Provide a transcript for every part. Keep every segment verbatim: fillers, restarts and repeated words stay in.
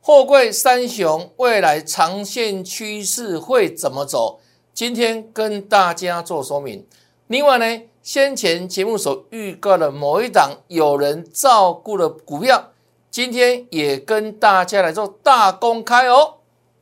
货柜三雄未来长线趋势会怎么走？今天跟大家做说明。另外呢，先前节目所预告的某一档有人照顾的股票，今天也跟大家来做大公开哦。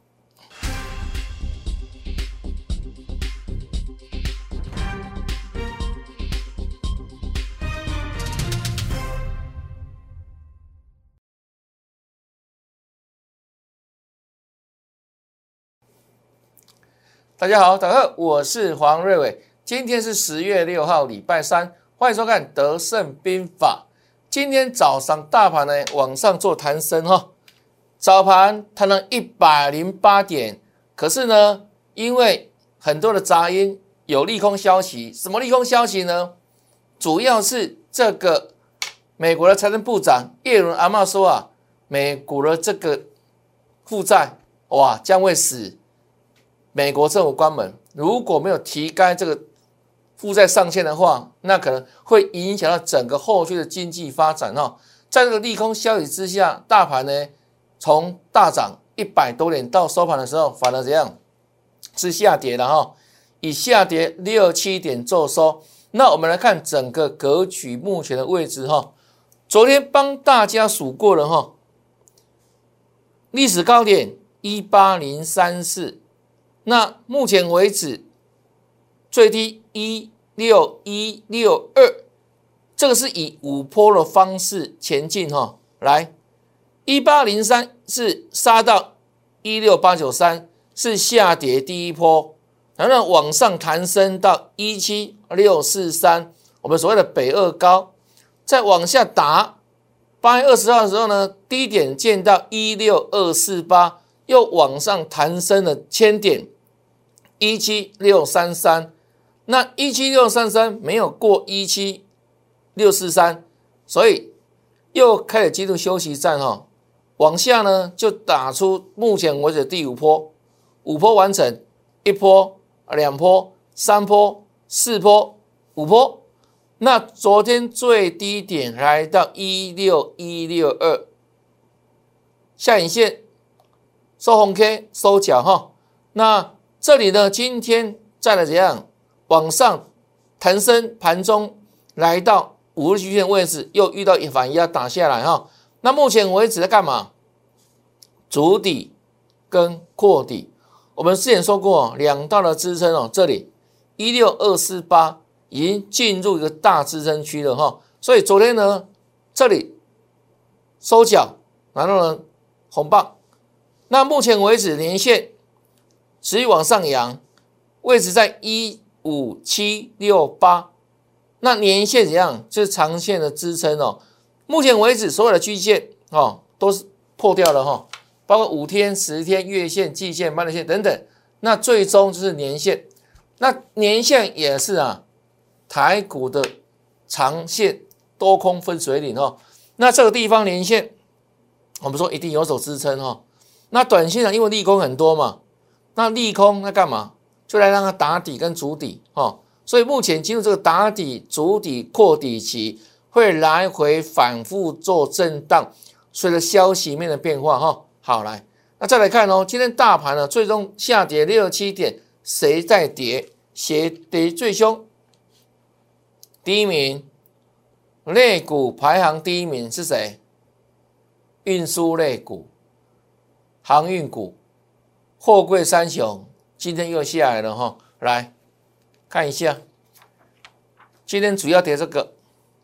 大家好，大家好，我是黄瑞伟。今天是十月六号，礼拜三，欢迎收看德胜兵法。今天早上大盘呢往上做弹升哈，早盘弹了一百零八点，可是呢，因为很多的杂音，有利空消息。什么利空消息呢？主要是这个美国的财政部长耶伦阿嬷说啊，美国的这个负债哇将会使美国政府关门，如果没有提高这个负债上限的话，那可能会影响到整个后续的经济发展哈。在这个利空消息之下，大盘呢从大涨一百多点到收盘的时候，反而怎样是下跌的哈，以下跌六七点做收。那我们来看整个格局目前的位置哈，昨天帮大家数过了哈，历史高点一八零三四。那目前为止最低一六一六二，这个是以五波的方式前进哈。来，一八零三是杀到一六八九三，是下跌第一波，然后往上弹升到一七六四三，我们所谓的北二高，再往下打，八月二十号的时候呢，低点见到一六二四八，又往上弹升了千点。一七六三三，那一七六三三没有过一七六四三，所以又开始进入休息站哈，往下呢就打出目前为止的第五波，五波完成，一波、两波、三波、四波、五波，那昨天最低点来到一六一六二，下影线收红 K 收脚哈，那这里呢，今天再来怎样往上弹升，盘中来到五日均线位置，又遇到一反压打下来哈。那目前为止在干嘛？筑底跟扩底。我们之前说过，两道的支撑哦，这里一六二四八已经进入一个大支撑区了哈。所以昨天呢，这里收脚，然后呢红棒。那目前为止连线持续往上扬，位置在一五七六八，那年线怎样？就是长线的支撑哦。目前为止，所有的均线哦都是破掉了哈、哦，包括五天、十天、月线、季线、半年线等等。那最终就是年线，那年线也是啊，台股的长线多空分水岭哦。那这个地方年线，我们说一定有所支撑哦。那短线上因为利空很多嘛。那利空那干嘛？就来让它打底跟筑底哦。所以目前进入这个打底、筑底、扩底期，会来回反复做震荡，随着消息面的变化哈、哦。好，来，那再来看哦，今天大盘呢最终下跌六七点，谁在跌？谁跌最凶？第一名，类股排行第一名是谁？运输类股、航运股。货柜三雄今天又下来了哈，来看一下，今天主要跌这个。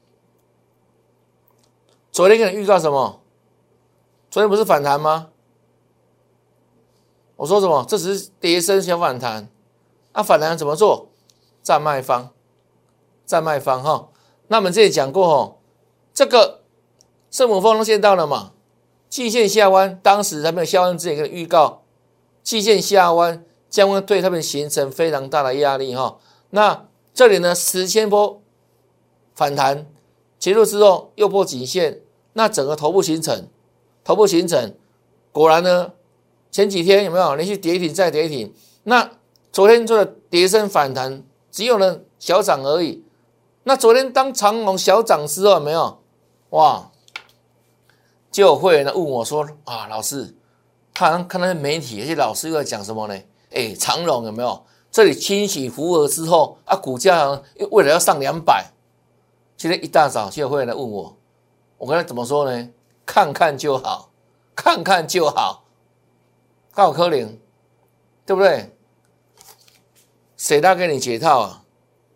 昨天给你预告什么？昨天不是反弹吗？我说什么？这只是跌升小反弹，那、啊、反弹怎么做？站卖方，站卖方哈。那我们这里讲过哈，这个圣母峰都见到了嘛？季线下弯，当时还没有下弯之前给你预告。季线下弯将会对他们形成非常大的压力哈。那这里呢，十千波反弹结束之后又破颈线，那整个头部形成，头部形成，果然呢，前几天有没有连续跌停再跌停？那昨天做的跌升反弹，只有呢小涨而已。那昨天当长荣小涨之后有没有？哇，就有会员呢问我说啊，老师。 他好像看那些媒体，而且老师又在讲什么呢？哎，长荣有没有？这里清洗符合之后啊，股价为了要上两百，今天一大早就有会员来问我，我跟他怎么说呢？看看就好，看看就好，高可能，对不对？谁他给你解套啊？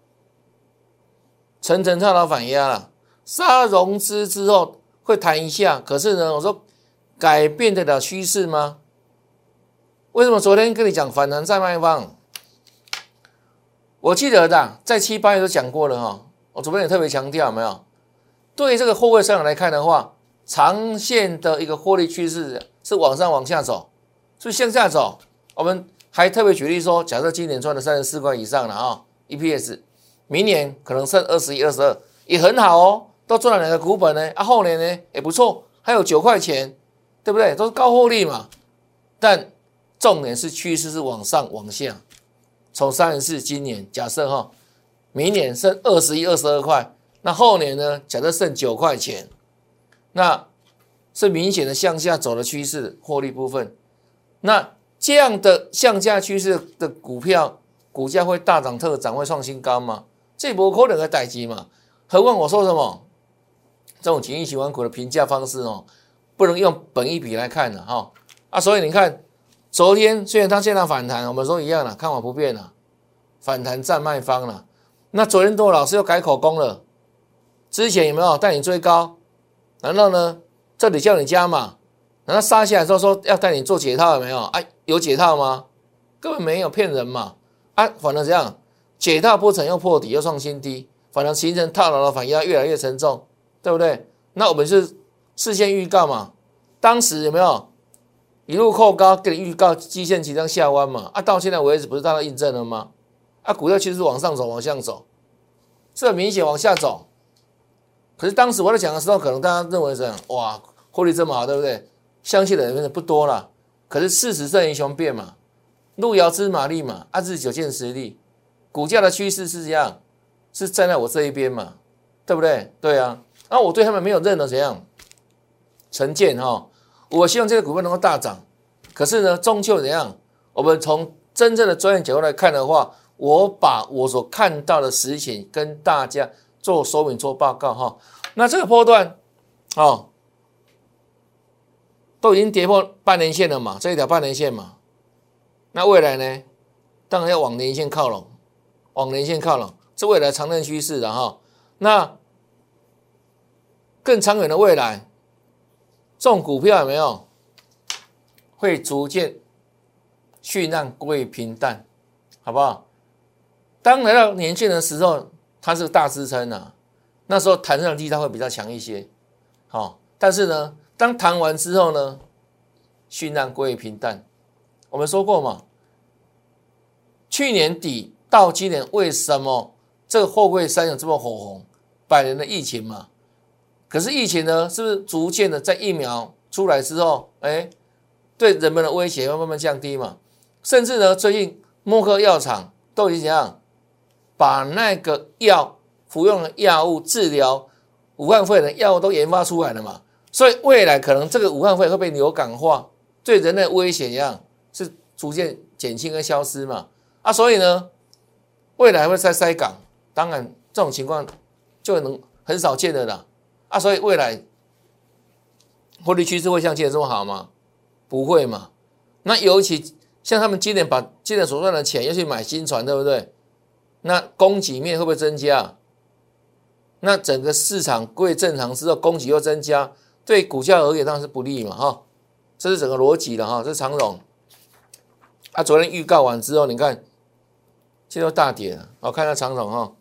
层层套牢反压了，杀融资之后会弹一下，可是呢，我说改变得了趋势吗？为什么昨天跟你讲反弹再卖方？我记得的，在七八月都讲过了哈。我昨天也特别强调，有没有？对于这个货柜市场来看的话，长线的一个获利趋势是往上往下走，是向下走。我们还特别举例说，假设今年赚了三十四块以上了啊 ，E P S， 明年可能剩二十一、二十二，也很好哦，都赚了两个股本呢。啊，后年呢也不错，还有九块钱，对不对？都是高获利嘛。但重点是趋势是往上往下。从三十四今年假设哈，明年剩二十一、二十二块，那后年呢？假设剩九块钱，那是明显的向下走的趋势，获利部分。那这样的向下趋势的股票，股价会大涨特涨，会创新高吗？这不可能的代志嘛。何况我说什么？这种景气循环股的评价方式哦，不能用本益比来看的哈啊，所以你看。昨天虽然它现在反弹，我们说一样了，看法不变了，反弹占卖方了。那昨天多老师又改口供了，之前有没有带你追高？难道呢这里叫你加码？难道杀下来之后说要带你做解套有没有？啊，有解套吗？根本没有，骗人嘛！啊，反而这样，解套不成又破底又创新低，反而形成套牢的反压越来越沉重，对不对？那我们是事先预告嘛？当时有没有？一路扣高，给你预告季线即将下弯嘛？啊，到现在为止不是它都印证了吗？啊，股价其实是往上走，往上走，是很明显往下走。可是当时我在讲的时候，可能大家认为是哇，获利这么好，对不对？相信的人不多了。可是事实胜于雄辩嘛，路遥知马力嘛，啊，日久见实力。股价的趋势是这样，是站在我这一边嘛，对不对？对啊，然后我对他们没有任何怎样成见哈。我希望这个股票能够大涨，可是呢，终究怎样？我们从真正的专业角度来看的话，我把我所看到的实情跟大家做说明、做报告哈。那这个波段哦，都已经跌破半年线了嘛，这一条半年线嘛。那未来呢？当然要往年线靠拢，往年线靠拢，是未来长线趋势的哈。那更长远的未来。这种股票有没有会逐渐殉难归于平淡，好不好？当来到年线的时候，它是大支撑啊，那时候弹上的力道会比较强一些，好、哦。但是呢，当弹完之后呢，殉难归于平淡。我们说过嘛，去年底到今年，为什么这个货柜三有这么火红？百年的疫情嘛。可是疫情呢，是不是逐渐的在疫苗出来之后，哎，对人们的威胁会慢慢降低嘛？甚至呢，最近默克药厂都已经怎样，把那个药服用的药物治疗武汉肺炎的药物都研发出来了嘛？所以未来可能这个武汉肺炎会被流感化，对人类的威胁一样是逐渐减轻跟消失嘛？啊，所以呢，未来会再塞港，当然这种情况就能很少见的啦。啊，所以未来获利趋势会像今年这么好吗？不会嘛。那尤其像他们今年把今年所赚的钱要去买新船，对不对？那供给面会不会增加？那整个市场归正常之后，供给又增加，对股价而言当然是不利嘛，哈。这是整个逻辑的哈，这是长荣。啊，昨天预告完之后，你看，现在大跌了。我看一下长荣哈。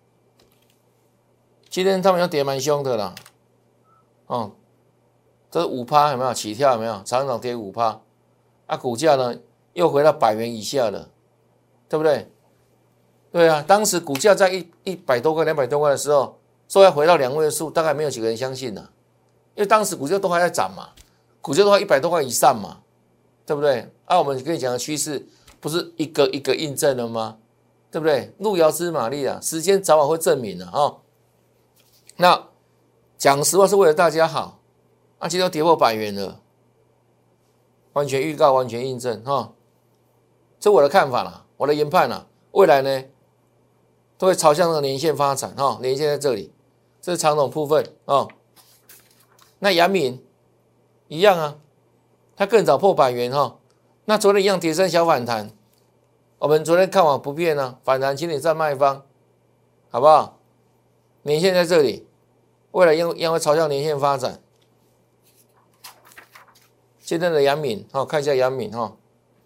今天他们要跌蛮凶的啦，哦，这五趴有没有起跳？有没有？长荣跌五趴，啊，股价呢又回到百元以下了，对不对？对啊，当时股价在一一百多块、两百多块的时候，说要回到两位数，大概没有几个人相信了，因为当时股价都还在涨嘛，股价都还一百多块以上嘛，对不对？啊，我们跟你讲的趋势不是一个一个印证了吗？对不对？路遥知马力啊，时间早晚会证明的啊。哦那讲实话是为了大家好，啊，今天都跌破百元了， 完全预告，完全印证哈。这我的看法啦，我的研判啦，未来呢都会朝向那个年线发展哈，年线在这里，这是长总部分哦。那阳明一样啊，它更早破百元哈。那昨天一样跌升小反弹，我们昨天看法不变啊，反弹请你站卖方，好不好？年线在这里，未来一样一样会朝向年线发展。今天的阳明哈，看一下阳明哈，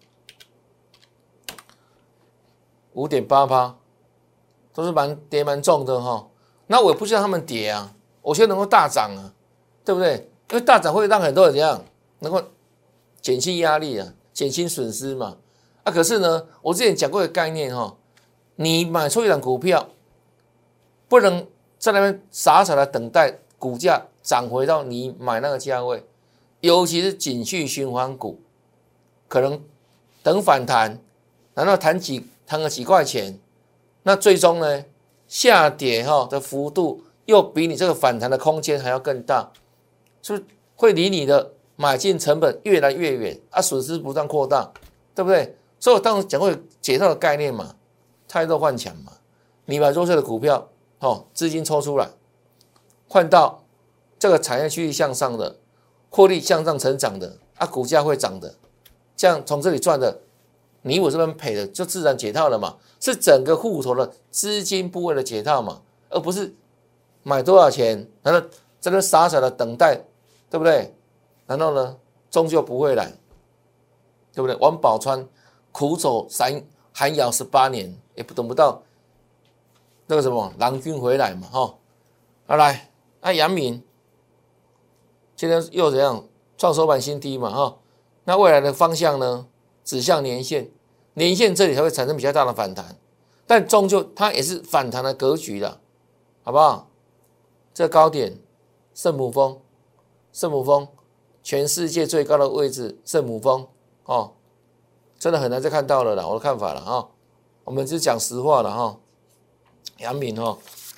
五点八趴，都是蛮跌蛮重的哈。那我也不希望他们跌啊，我希望能够大涨啊，对不对？因为大涨会让很多人怎样能够减轻压力啊，减轻损失嘛。啊，可是呢，我之前讲过的概念哈，你买错一档股票，不能在那边傻傻的等待股价涨回到你买那个价位。尤其是景气循环股，可能等反弹，然后弹几弹个几块钱，那最终呢下跌哈的幅度又比你这个反弹的空间还要更大，是会离你的买进成本越来越远啊，损失不断扩大，对不对？所以我当时讲过解套的概念嘛，太弱换强嘛，你买弱势的股票，哦，资金抽出来，换到这个产业趋势向上的。获利向上成长的啊，股价会涨的，这样从这里赚的，你我这边赔的就自然解套了嘛，是整个户头的资金部位的解套嘛，而不是买多少钱，然后在那傻傻的等待，对不对？然后呢，终究不会来，对不对？王宝钏苦守寒寒窑十八年，也不等不到那个什么郎君回来嘛，哈、哦，好来，那阳明。今天又怎样创收盘新低嘛哈？那未来的方向呢？指向年线，年线这里才会产生比较大的反弹，但终究它也是反弹的格局的，好不好？这高点圣母峰，圣母峰全世界最高的位置，圣母峰哦，真的很难再看到了啦，我的看法了哈、哦。我们只讲实话了哈、哦。阳明哈、哦，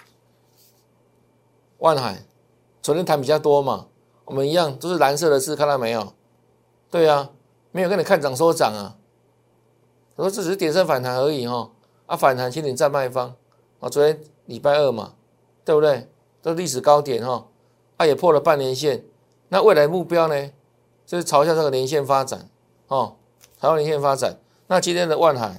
万海昨天谈比较多嘛。我们一样都是蓝色的字，看到没有？对啊，没有跟你看涨收涨啊。我说这只是点升反弹而已哈，啊反弹请你站卖方啊。昨天礼拜二嘛，对不对？都是历史高点哈，啊也破了半年线。那未来目标呢，就是朝向这个年线发展哦，朝向年线发展。那今天的万海，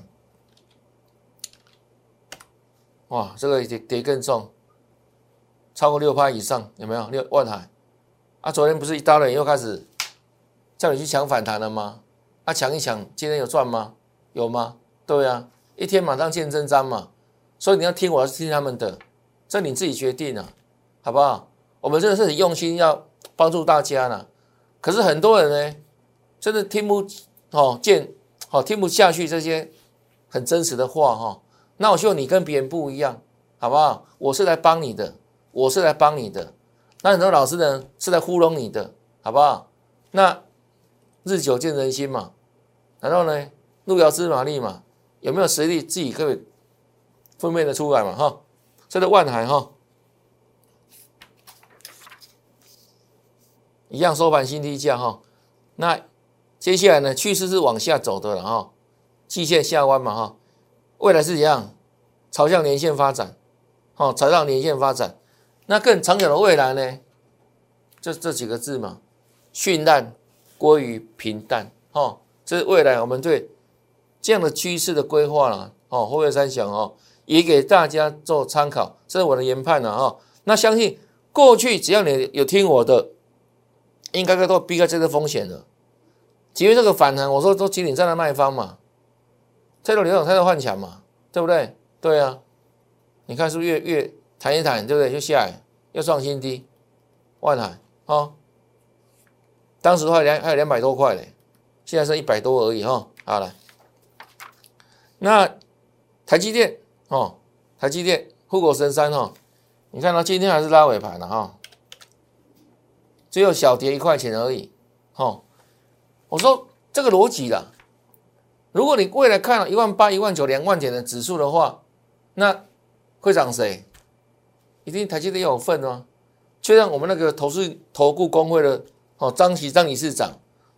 哇，这个跌跌更重，超过六趴以上，有没有？六万海。啊，昨天不是一大人又开始叫你去抢反弹了吗？啊，抢一抢，今天有赚吗？有吗？对啊，一天马上见真章嘛。所以你要听我，要听他们的，这你自己决定啊，好不好？我们真的是很用心要帮助大家啦。可是很多人呢，真的听不哦见哦听不下去这些很真实的话哈、哦。那我希望你跟别人不一样，好不好？我是来帮你的，我是来帮你的。那很多老师呢是在糊弄你的，好不好？那日久见人心嘛，然后呢，路遥知马力嘛，有没有实力自己可以分辨得出来嘛？哈，这个万海哈，一样收盘新低价哈。那接下来呢，趋势是往下走的了哈，季线下弯嘛哈，未来是怎样？朝向年线发展，哦，朝向年线发展。那更长远的未来呢？就这几个字嘛，绚烂归于平淡，哦，这是未来我们对这样的趋势的规划了，哦，后面三想哦，也给大家做参考，这是我的研判了哈。那相信过去只要你有听我的，应该都避开这个风险的。即便这个反弹，我说都请你站在卖方嘛，太多流动，太多换强嘛，对不对？对啊，你看是不是越越弹一弹，对不对？就下来，又创新低，万海哦，当时还有两还有两百多块嘞，现在剩一百多而已哈、哦。好了，那台积电哦，台积电护国神山哦，你看到今天还是拉尾盘了哈、哦，只有小跌一块钱而已，哦，我说这个逻辑啦，如果你未来看了一万八、一万九、两万点的指数的话，那会涨谁？一定台积电有份哦。就像我们那个投资投顾公会的哦张琦张理事长，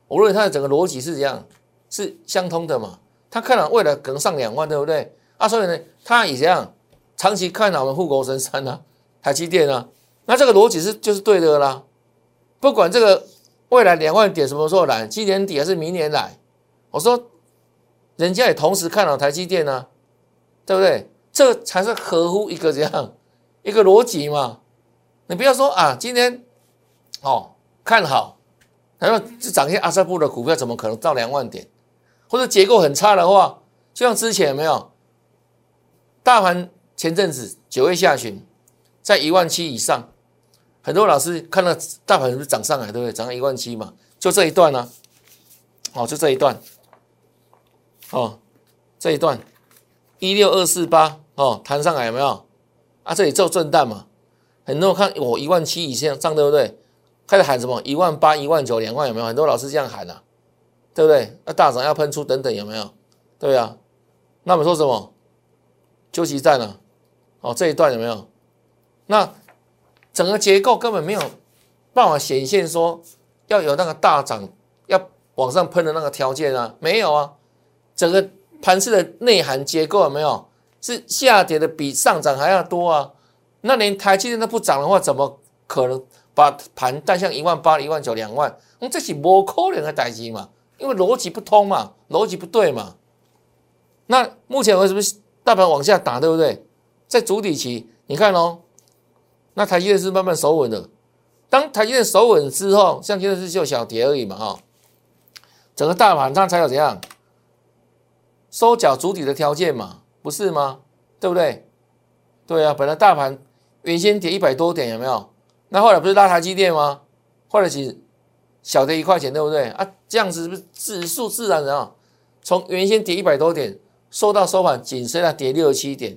我认为它的整个逻辑是这样，是相通的嘛。他看好未来可能上两万，对不对？啊，所以呢，他也这样长期看好我们护国神山啊，台积电啊，那这个逻辑是就是对的啦。不管这个未来两万点什么时候来，今年底还是明年来，我说人家也同时看好台积电啊，对不对？这才是合乎一个这样一个逻辑嘛。你不要说啊，今天哦看好，然后涨一些阿萨布的股票，怎么可能到两万点？或者结构很差的话，就像之前有没有？大盘前阵子九月下旬在一万七以上，很多老师看到大盘是不是涨上来，对不对？涨到一万七嘛，就这一段呢、啊，哦，就这一段，哦，这一段一六二四八哦，弹上来有没有？啊，这里做震荡嘛，很多人看我一万七以上上，对不对？开始喊什么一万八、一万九、两万有没有？很多老师这样喊啊，对不对？那大涨要喷出等等有没有？对啊，那我们说什么？休息站啊，哦，这一段有没有？那整个结构根本没有办法显现说要有那个大涨要往上喷的那个条件啊，没有啊。整个盘势的内涵结构有没有？是下跌的比上涨还要多啊。那连台积电都不涨的话，怎么可能把盘带向一万八、一万九、两万？嗯，这是不可能的代志嘛，因为逻辑不通嘛，逻辑不对嘛。那目前为什么大盘往下打，对不对？在主底期，你看哦，那台积电是慢慢守稳的。当台积电守稳之后，像现在是就小跌而已嘛，哈、哦，整个大盘它才有怎样收缴主底的条件嘛，不是吗？对不对？对啊，本来大盘原先跌一百多点，有没有？那后来不是拉台积电吗？后来其实小跌一块钱，对不对？啊，这样子是不是指数自然的啊？从原先跌一百多点。收到收盘仅剩下跌六十七点，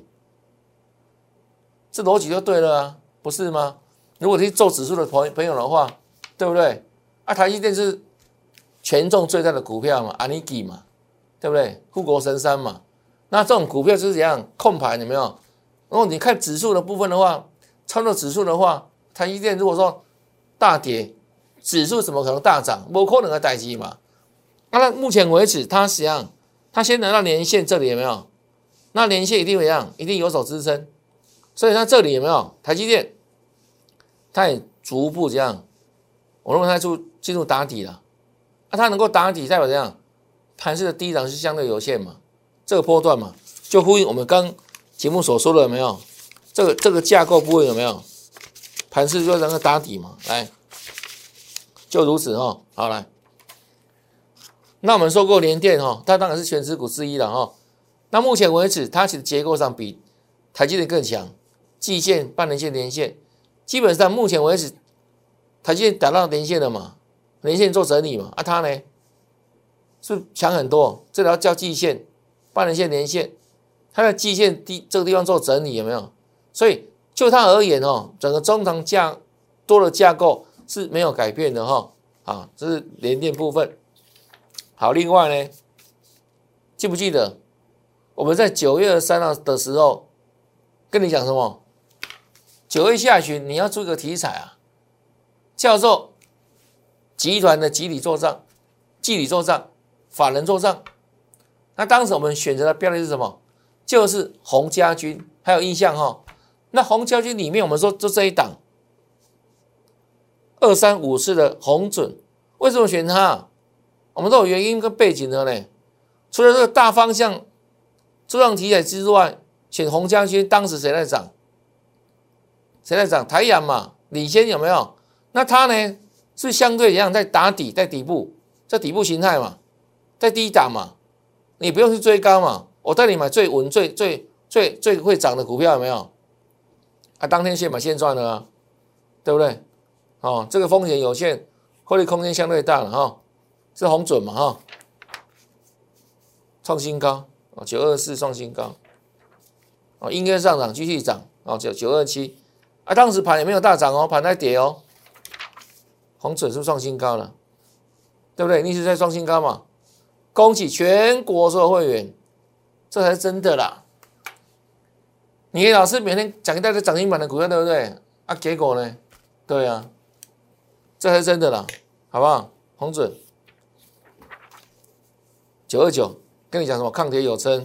这逻辑就对了啊，不是吗？如果是做指数的朋朋友的话，对不对？啊，台积电是权重最大的股票嘛，安尼基嘛，对不对？护国神山嘛，那这种股票就是怎样控盘有没有？然后你看指数的部分的话，操作指数的话，台积电如果说大跌，指数怎么可能大涨？不可能的代志嘛。啊，那目前为止，它实际上。它先拿到年线这里有没有？那年线一定怎样？一定有所支撑，所以它这里有没有？台积电，它也逐步这样，我认为它就进入打底了。啊，它能够打底代表怎样？盘势的低档是相对有限嘛，这个波段嘛，就呼应我们刚节目所说的有没有？这个这个架构部分有没有？盘势就能够打底嘛，来，就如此哈，好来。那我们说过联电哈，它当然是全指股之一了哈。那目前为止，它其实结构上比台积电更强，季线、半年线、年线，基本上目前为止，台积电打到年线了嘛，年线做整理嘛，啊它呢是强很多，这条叫季线、半年线、年线，它的季线低这个地方做整理有没有？所以就它而言哦，整个中长架多的架构是没有改变的哈。啊，这是联电部分。好，另外呢，记不记得我们在九月三号的时候跟你讲什么？九月下旬你要做一个题材啊，叫做集团的集体做账、纪理做账、法人做账。那当时我们选择的标的是什么？就是洪家军，还有印象哈、哦。那洪家军里面，我们说就这一档二三五四的洪准，为什么选它？我们都有原因跟背景的呢。除了这个大方向做账题材之外，选洪家军，当时谁在涨？谁在涨？台阳嘛，领先有没有？那它呢是相对一样在打底，在底部，在底部形态嘛，在低档嘛，你不用去追高嘛，我带你买最稳、最最最最会涨的股票有没有？啊，当天现买现赚了啊，对不对？哦，这个风险有限，获利空间相对大了哈、哦，是红准嘛哈、哦，创新高哦，九二四创新高哦，应该上涨继续涨哦，九九二七啊，当时盘也没有大涨哦，盘在跌哦，红准是不是创新高了？对不对？逆势在创新高嘛，恭喜全国所有会员，这才是真的啦。你老师每天讲一大堆涨停板的股票，对不对？啊，结果呢？对啊，这才是真的啦，好不好？红准九二九跟你讲什么抗跌有撑，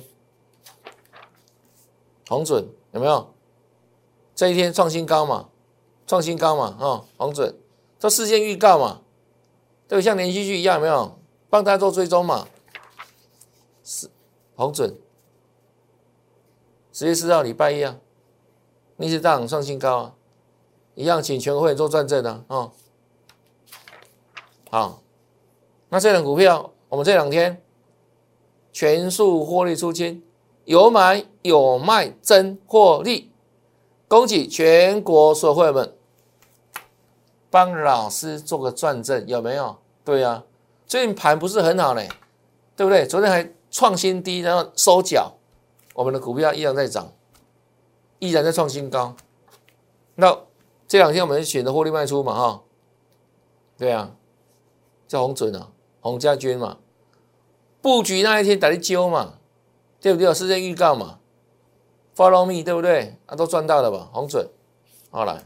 红准有没有？这一天创新高嘛，创新高嘛，哦，红准这事件预告嘛，对，像连续剧一样有没有？帮大家做追踪嘛，是红准，十月四号礼拜一啊，逆势大涨创新高啊，一样请全会员做转正啊，哦，好，那这档股票我们这两天全数获利出清，有买有卖真获利，恭喜全国所有会员们，帮老师做个转正，有没有？对啊，最近盘不是很好嘞，对不对？昨天还创新低，然后收脚，我们的股票依然在涨，依然在创新高。那这两天我们选择获利卖出嘛，哈，对啊，叫红准啊，洪家军嘛，布局那一天打你揪嘛，对不对？事先预告嘛 ，Follow me， 对不对？啊，都赚到了吧？红准，好来。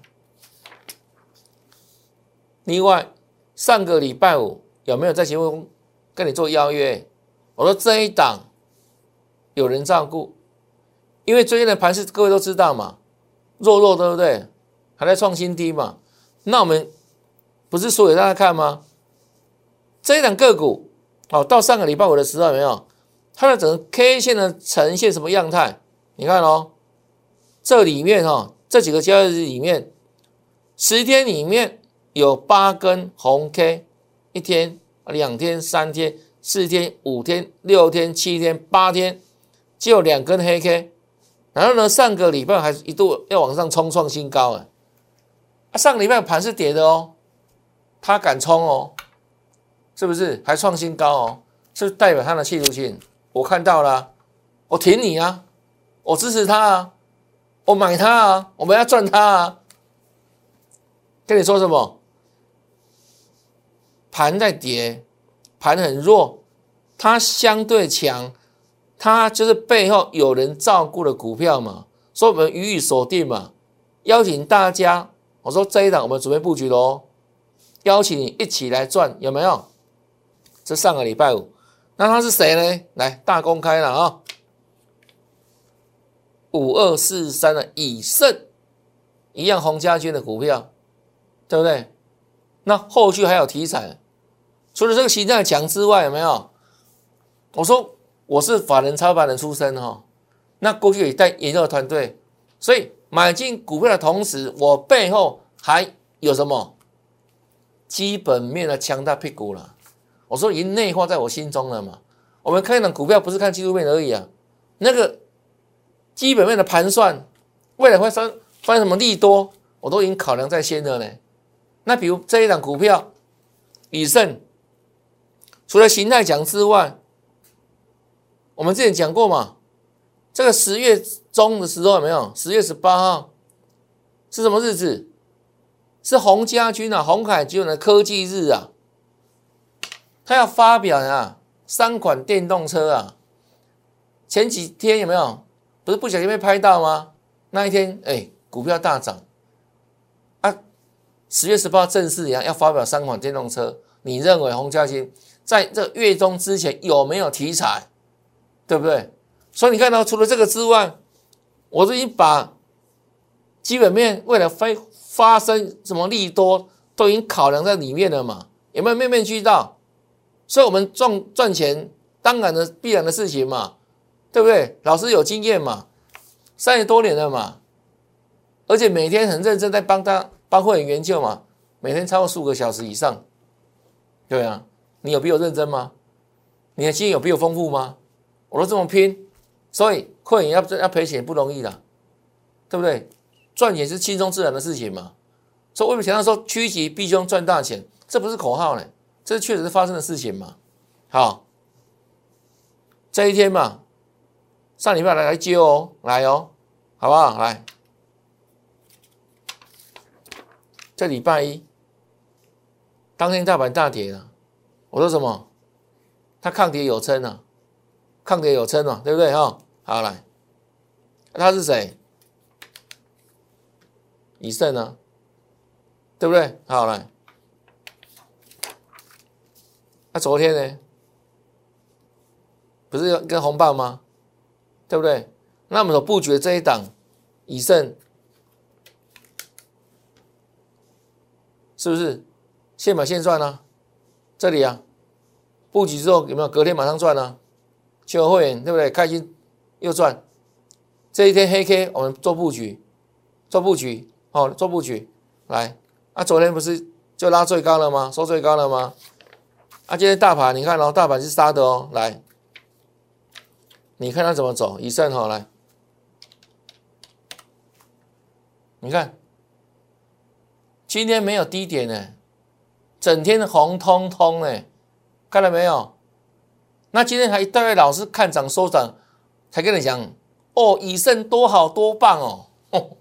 另外，上个礼拜五有没有在节目中跟你做邀约？我说这一档有人照顾，因为最近的盘势各位都知道嘛，弱弱对不对？还在创新低嘛。那我们不是说给大家看吗？这一档个股，哦，到上个礼拜五的时候有没有？它的整个 K 线的呈现什么样态？你看哦，这里面哦，这几个交易日里面，十天里面有八根红 K， 一天、两天、三天、四天、五天、六天、七天、八天，只有两根黑 K。然后呢，上个礼拜还一度要往上冲创新高啊！啊上个礼拜盘是跌的哦，它敢冲哦，是不是？还创新高哦，是不是代表它的企图心？我看到了啊，我挺你啊，我支持它啊，我买它啊，我们要赚它啊！跟你说什么？盘在跌，盘很弱，它相对强，它就是背后有人照顾的股票嘛，所以我们予以锁定嘛。邀请大家，我说这一档我们准备布局咯，邀请你一起来赚，有没有？这上个礼拜五，那他是谁呢？来大公开了啊，五二四三的以盛，一样洪家军的股票，对不对？那后续还有题材，除了这个形态强之外，有没有？我说我是法人操盘人出身哈，那过去也带研究的团队，所以买进股票的同时，我背后还有什么基本面的强大屁股了。我说已经内化在我心中了嘛。我们看一档股票不是看技术面而已啊，那个基本面的盘算，未来会发发生什么利多，我都已经考量在先了呢。那比如这一档股票以盛，除了形态强之外，我们之前讲过嘛，这个十月中的时候有没有？十月十八号是什么日子？是洪家军啊，鸿海集团的科技日啊，他要发表啊三款电动车啊。前几天有没有？不是不小心被拍到吗？那一天，哎，股票大涨啊！十月十八号正式一样要发表三款电动车，你认为洪家军在这月中之前有没有题材？对不对？所以你看到，除了这个之外，我都已经把基本面未来发发生什么利多都已经考量在里面了嘛，有没有面面俱到？所以我们赚赚钱当然的必然的事情嘛，对不对？老师有经验嘛，三十多年了嘛，而且每天很认真在帮他帮会员研究嘛，每天超过数个小时以上。对啊，你有比我认真吗？你的经验有比我丰富吗？我都这么拼，所以会员要要赔钱不容易啦，对不对？赚钱是轻松自然的事情嘛。所以我们强调说趋吉避凶赚大钱，这不是口号呢，这是确实是发生的事情嘛。好，这一天嘛，上礼拜来来接哦，来哦，好不好？来，这礼拜一当天大盘大跌了，我说什么？它抗跌有撑啊。抗跌有撑嘛，对不对哈？好来，他是谁？以盛啊，对不对？好来，那、啊、昨天呢？ 不是一根红棒吗？对不对？那我们所布局的这一档以盛，是不是现买现赚啊？这里啊，布局之后有没有隔天马上赚啊？全国会员对不对？开心又赚。这一天黑 K 我们做布局，做布局哦，做布局来啊！昨天不是就拉最高了吗？收最高了吗？啊，今天大盘你看哦，大盘是杀的哦，来，你看它怎么走？以盛哈、哦、来，你看今天没有低点呢，整天红彤彤呢，看到没有？那今天还一大堆老师看涨收涨，才跟你讲哦，以盛多好多棒哦。哦，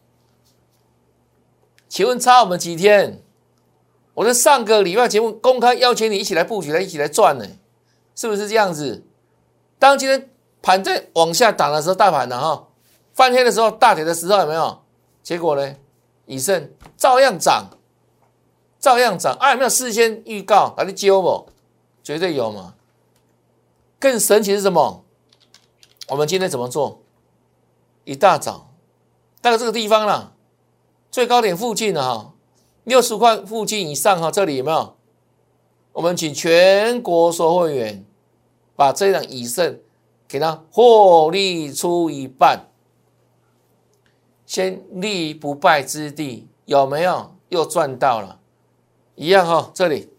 请问差我们几天？我在上个礼拜节目公开邀请你一起来布局，来一起来赚呢，是不是这样子？当今天盘在往下打的时候，大盘呢哈翻黑的时候，大跌的时候有没有？结果呢，以盛照样涨，照样涨。啊，有没有事先预告？来你揪我，绝对有嘛。更神奇是什么？我们今天怎么做？一大早，大概这个地方啦，最高点附近了哈。六十块附近以上哈，这里有没有？我们请全国所有会员把这一档以盛给它获利出一半，先立不败之地，有没有？又赚到了，一样哈，这里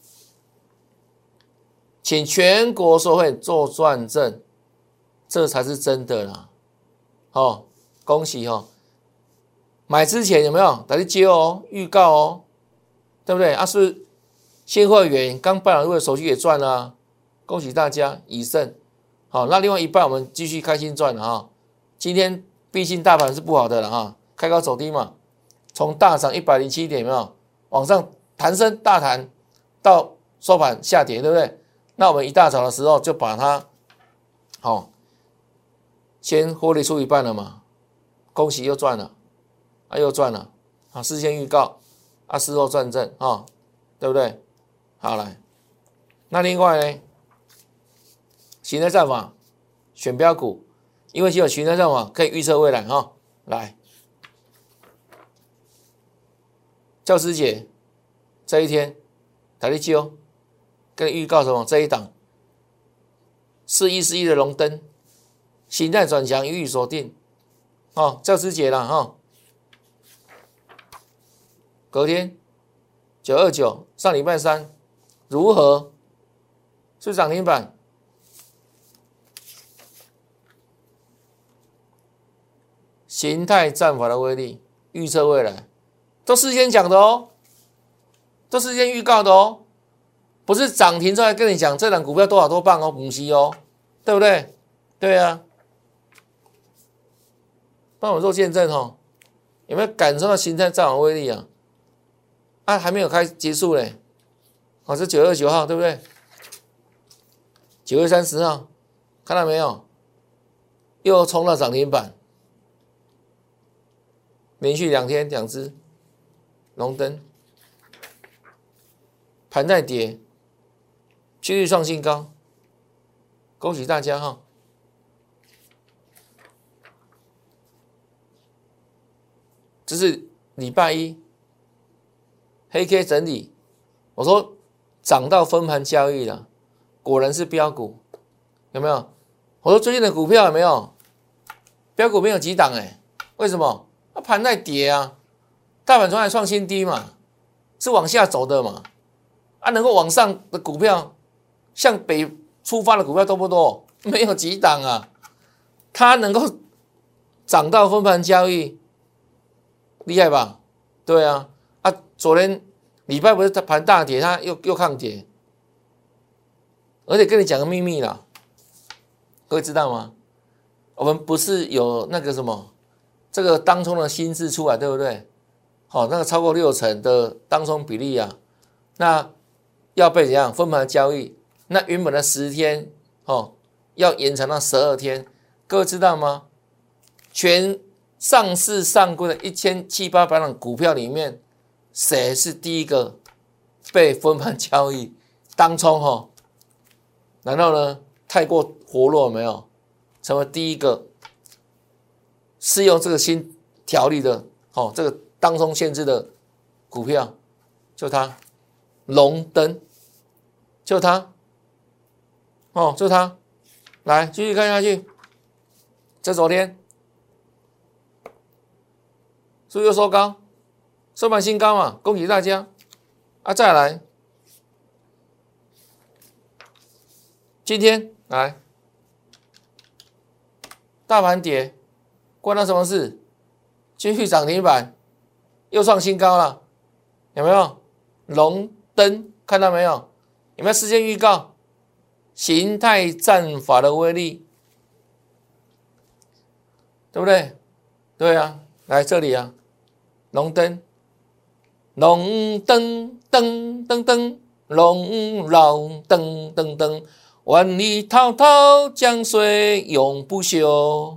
请全国所有会员做转正，这才是真的啦。哦，恭喜哦！买之前有没有打去接哦？预告哦。对不对啊？是不是新会员刚办好会手续也赚了、啊，恭喜大家以盛。好，那另外一半我们继续开心赚了哈。今天毕竟大盘是不好的了哈，开高走低嘛，从大涨一百零七点有没有往上弹升大弹到收盘下跌，对不对？那我们一大早的时候就把它好、哦、先获利出一半了嘛，恭喜又赚了，啊又赚了啊，事先预告。啊，事后转正啊、哦，对不对？好来，那另外呢，形态战法选标股，因为只有形态战法可以预测未来哈、哦。来，教师节这一天，台积电跟你预告什么？这一档四一四一的荣登，形态转强，予以锁定。哦，教师节了哈。哦隔天九二九上礼拜三如何？是涨停板，形态战法的威力，预测未来，都事先讲的哦，都事先预告的哦，不是涨停之后跟你讲这档股票多少多棒哦，不是哦，对不对？对啊，帮我做见证哦，有没有感受到形态战法威力啊？啊，还没有开结束嘞，好、哦，是九月九号，对不对？九月三十号，看到没有？又冲到涨停板，连续两天两只，荣登，盘在跌，继续创新高，恭喜大家哈、哦！这是礼拜一。黑 K 整理，我说涨到分盘交易了，果然是标股，有没有？我说最近的股票有没有？标股没有几档哎，为什么？它盘在跌啊，大盘从来创新低嘛，是往下走的嘛，啊，能够往上的股票，向北出发的股票多不多？没有几档啊，它能够涨到分盘交易，厉害吧？对啊。啊，昨天礼拜不是它盘大跌，它又又抗跌，而且跟你讲个秘密啦，各位知道吗？我们不是有那个什么，这个当冲的新制出来，对不对？好、哦，那个超过六成的当冲比例啊，那要被怎样分盘交易？那原本的十天哦，要延长到十二天，各位知道吗？全上市上柜的一千七八百档股票里面。谁是第一个被分盘交易当冲哈？然后呢， 太过活络，有没有成为第一个适用这个新条例的哦，这个当冲限制的股票，就它，荣登，就它，哦，就它，来继续看下去，这昨天是不是又收高，收盘新高嘛，恭喜大家啊！再来，今天来，大盘跌，关它什么事？继续涨停板，又创新高了，有没有？荣登看到没有？有没有事先预告？形态战法的威力，对不对？对啊，来这里啊，荣登，荣登登登登，荣绕登登登，万里滔滔江水永不休。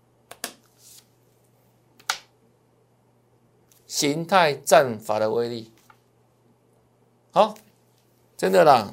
形态战法的威力，好，真的啦，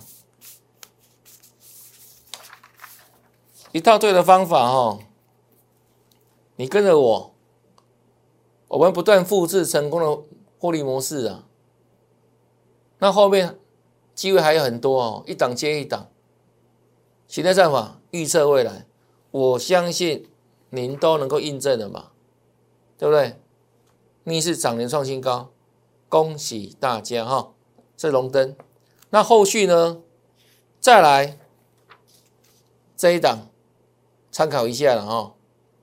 一套对的方法哦，你跟着我，我们不断复制成功的获利模式啊，那后面机会还有很多哦，一档接一档，形态战法预测未来，我相信您都能够印证的嘛，对不对？逆势涨年创新高，恭喜大家哈！这荣登，那后续呢？再来这一档参考一下了哈。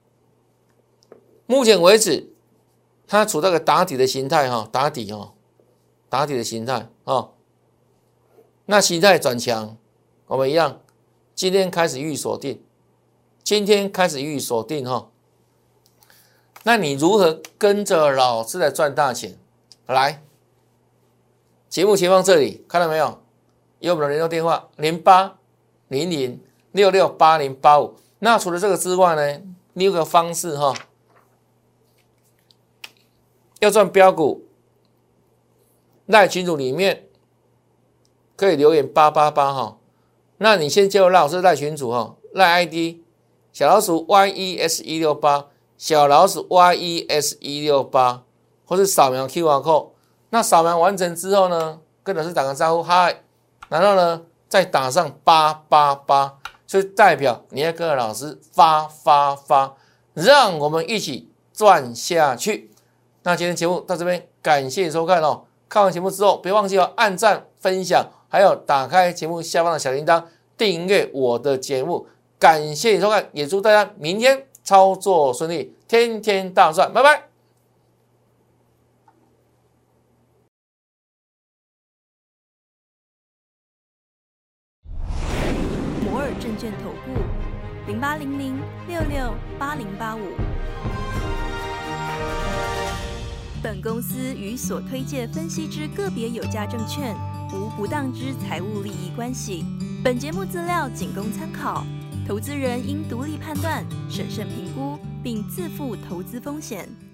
目前为止，它处在个打底的形态哈，打底哈，打底的形态啊。那形态转强，我们一样，今天开始预锁定，今天开始预锁定哈。那你如何跟着老师来赚大钱？来，节目前方这里看到没有？有我们的联络电话零八零零六六八零八五。那除了这个之外呢，你有个方式哈，要赚标股，赖群组里面可以留言八八八哈。那你先加入赖老师赖群组哈，赖 I D 小老鼠 Y E S 一六八。小老鼠 Y E S 一六八， 或是扫描 Q R code， 那扫描完成之后呢，跟老师打个招呼，嗨，然后呢再打上八八八，就代表你要跟着老师发发发，让我们一起赚下去。那今天节目到这边，感谢收看哦。看完节目之后，别忘记哦，按赞、分享，还有打开节目下方的小铃铛，订阅我的节目。感谢收看，也祝大家明天操作顺利，天天大赚，拜拜。 摩尔证券投顾零八零零六六八零八五。本公司与所推介分析之个别有价证券无不当之财务利益关系。本节目资料仅供参考。投资人应独立判断、审慎评估，并自负投资风险。